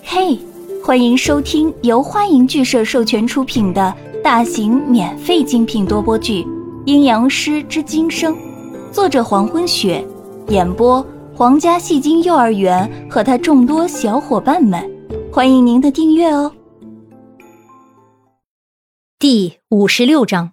嘿，欢迎收听由欢迎剧社授权出品的大型免费精品多播剧《阴阳师之今生》，作者黄昏雪，演播皇家戏精幼儿园和他众多小伙伴们，欢迎您的订阅哦。 第56章。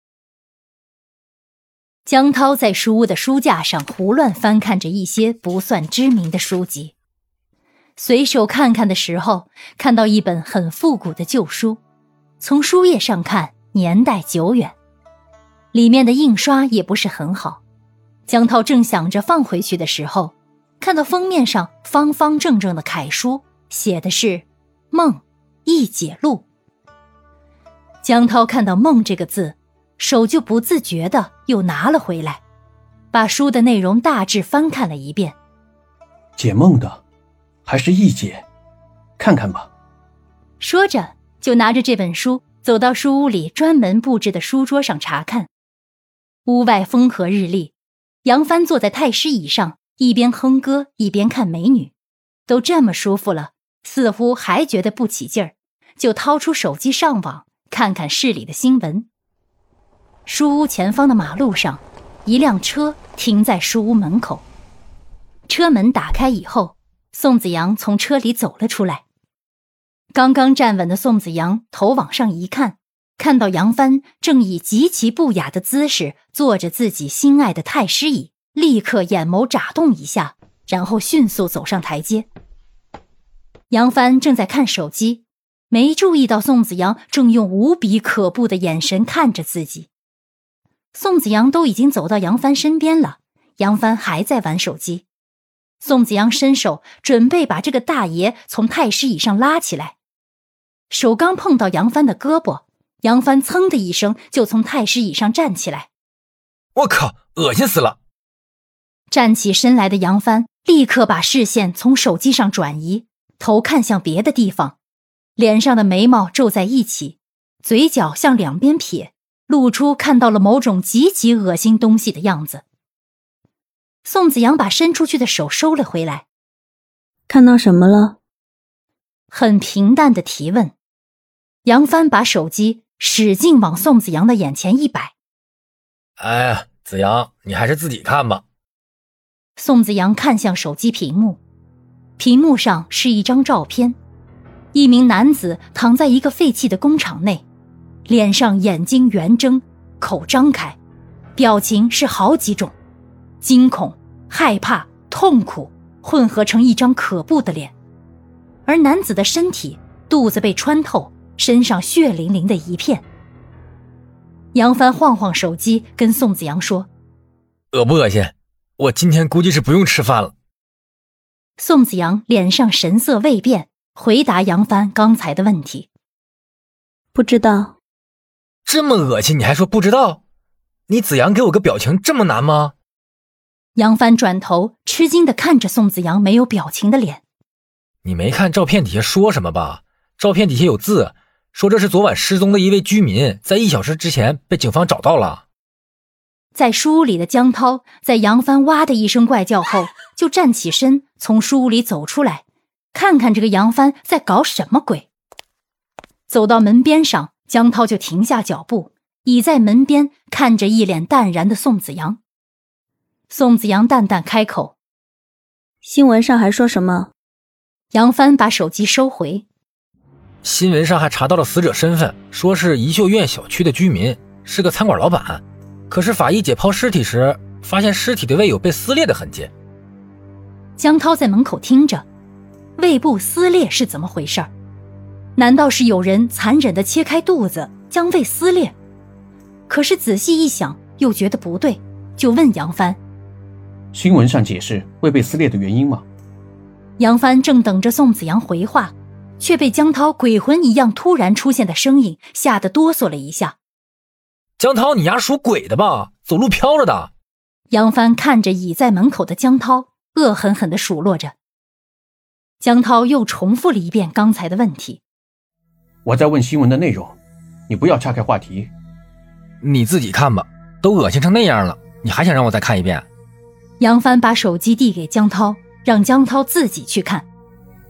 江涛在书屋的书架上胡乱翻看着一些不算知名的书籍，随手看看的时候，看到一本很复古的旧书，从书页上看年代久远，里面的印刷也不是很好。江涛正想着放回去的时候，看到封面上方方正正的楷书，写的是梦一解录。江涛看到梦这个字，手就不自觉地又拿了回来，把书的内容大致翻看了一遍。 解梦的还是易解，看看吧。 说着就拿着这本书走到书屋里专门布置的书桌上查看。屋外风和日丽，杨帆坐在太师椅上，一边哼歌一边看美女，都这么舒服了，似乎还觉得不起劲儿，就掏出手机上网看看市里的新闻。书屋前方的马路上，一辆车停在书屋门口，车门打开以后，宋子阳从车里走了出来。刚刚站稳的宋子阳头往上一看，看到杨帆正以极其不雅的姿势坐着自己心爱的太师椅，立刻眼眸眨动一下，然后迅速走上台阶。杨帆正在看手机，没注意到宋子阳正用无比可怖的眼神看着自己。宋子阳都已经走到杨帆身边了，杨帆还在玩手机。宋子阳伸手准备把这个大爷从太师椅上拉起来，手刚碰到杨帆的胳膊，杨帆噌的一声就从太师椅上站起来。 我靠，恶心死了！ 站起身来的杨帆立刻把视线从手机上转移，头看向别的地方，脸上的眉毛皱在一起，嘴角向两边撇，露出看到了某种极其恶心东西的样子。宋子阳把伸出去的手收了回来。 看到什么了？ 很平淡的提问。杨帆把手机使劲往宋子阳的眼前一摆。 哎呀，子阳，你还是自己看吧。 宋子阳看向手机屏幕，屏幕上是一张照片，一名男子躺在一个废弃的工厂内，脸上眼睛圆睁，口张开，表情是好几种，惊恐、害怕、痛苦混合成一张可怖的脸。而男子的身体肚子被穿透，身上血淋淋的一片。杨帆晃晃手机跟宋子阳说， 恶不恶心？我今天估计是不用吃饭了。 宋子阳脸上神色未变，回答杨帆刚才的问题。 不知道。 这么恶心你还说不知道？你子阳给我个表情这么难吗？ 杨帆转头吃惊地看着宋子阳没有表情的脸。 你没看照片底下说什么吧？照片底下有字，说这是昨晚失踪的一位居民，在1小时之前被警方找到了。 在书屋里的江涛在杨帆哇的一声怪叫后，就站起身从书屋里走出来，看看这个杨帆在搞什么鬼。走到门边上，江涛就停下脚步，倚在门边看着一脸淡然的宋子阳。宋子阳淡淡开口， 新闻上还说什么？ 杨帆把手机收回。 新闻上还查到了死者身份，说是怡秀苑小区的居民，是个餐馆老板。可是法医解剖尸体时，发现尸体的胃有被撕裂的痕迹。 江涛在门口听着，胃部撕裂是怎么回事？难道是有人残忍地切开肚子，将胃撕裂？可是仔细一想，又觉得不对，就问杨帆， 新闻上解释胃被撕裂的原因吗？ 杨帆正等着宋子阳回话，却被江涛鬼魂一样突然出现的声音吓得哆嗦了一下。 江涛，你丫属鬼的吧？走路飘着的。 杨帆看着倚在门口的江涛，恶狠狠地数落着。江涛又重复了一遍刚才的问题。 我在问新闻的内容，你不要岔开话题。 你自己看吧，都恶心成那样了，你还想让我再看一遍？ 杨帆把手机递给江涛，让江涛自己去看。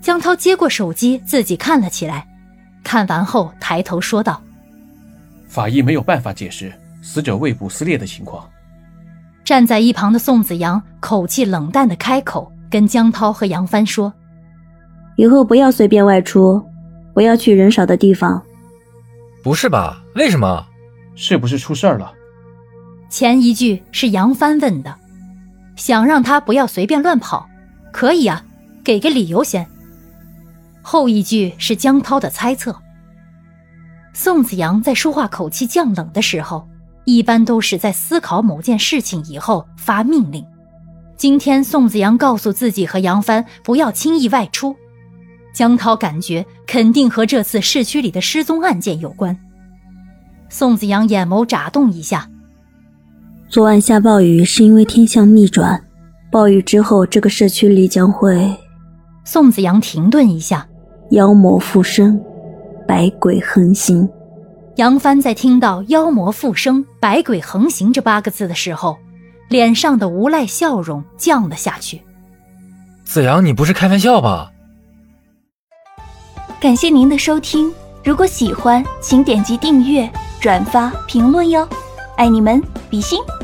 江涛接过手机自己看了起来，看完后抬头说道： 法医没有办法解释死者胃部撕裂的情况。 站在一旁的宋子阳口气冷淡地开口，跟江涛和杨帆说： 以后不要随便外出，不要去人少的地方。 不是吧？为什么？ 是不是出事儿了？ 前一句是杨帆问的，想让他不要随便乱跑，可以啊，给个理由先。后一句是江涛的猜测。宋子阳在说话口气降冷的时候，一般都是在思考某件事情以后发命令。今天宋子阳告诉自己和杨帆不要轻易外出，江涛感觉肯定和这次市区里的失踪案件有关。宋子阳眼眸眨动一下， 昨晚下暴雨是因为天象逆转，暴雨之后这个社区里将会…… 宋子阳停顿一下， 妖魔附身，百鬼横行。 杨帆在听到妖魔附生，百鬼横行这8个字的时候，脸上的无赖笑容降了下去。 子阳，你不是开玩笑吧？ 感谢您的收听，如果喜欢请点击订阅、转发、评论哟，爱你们，比心。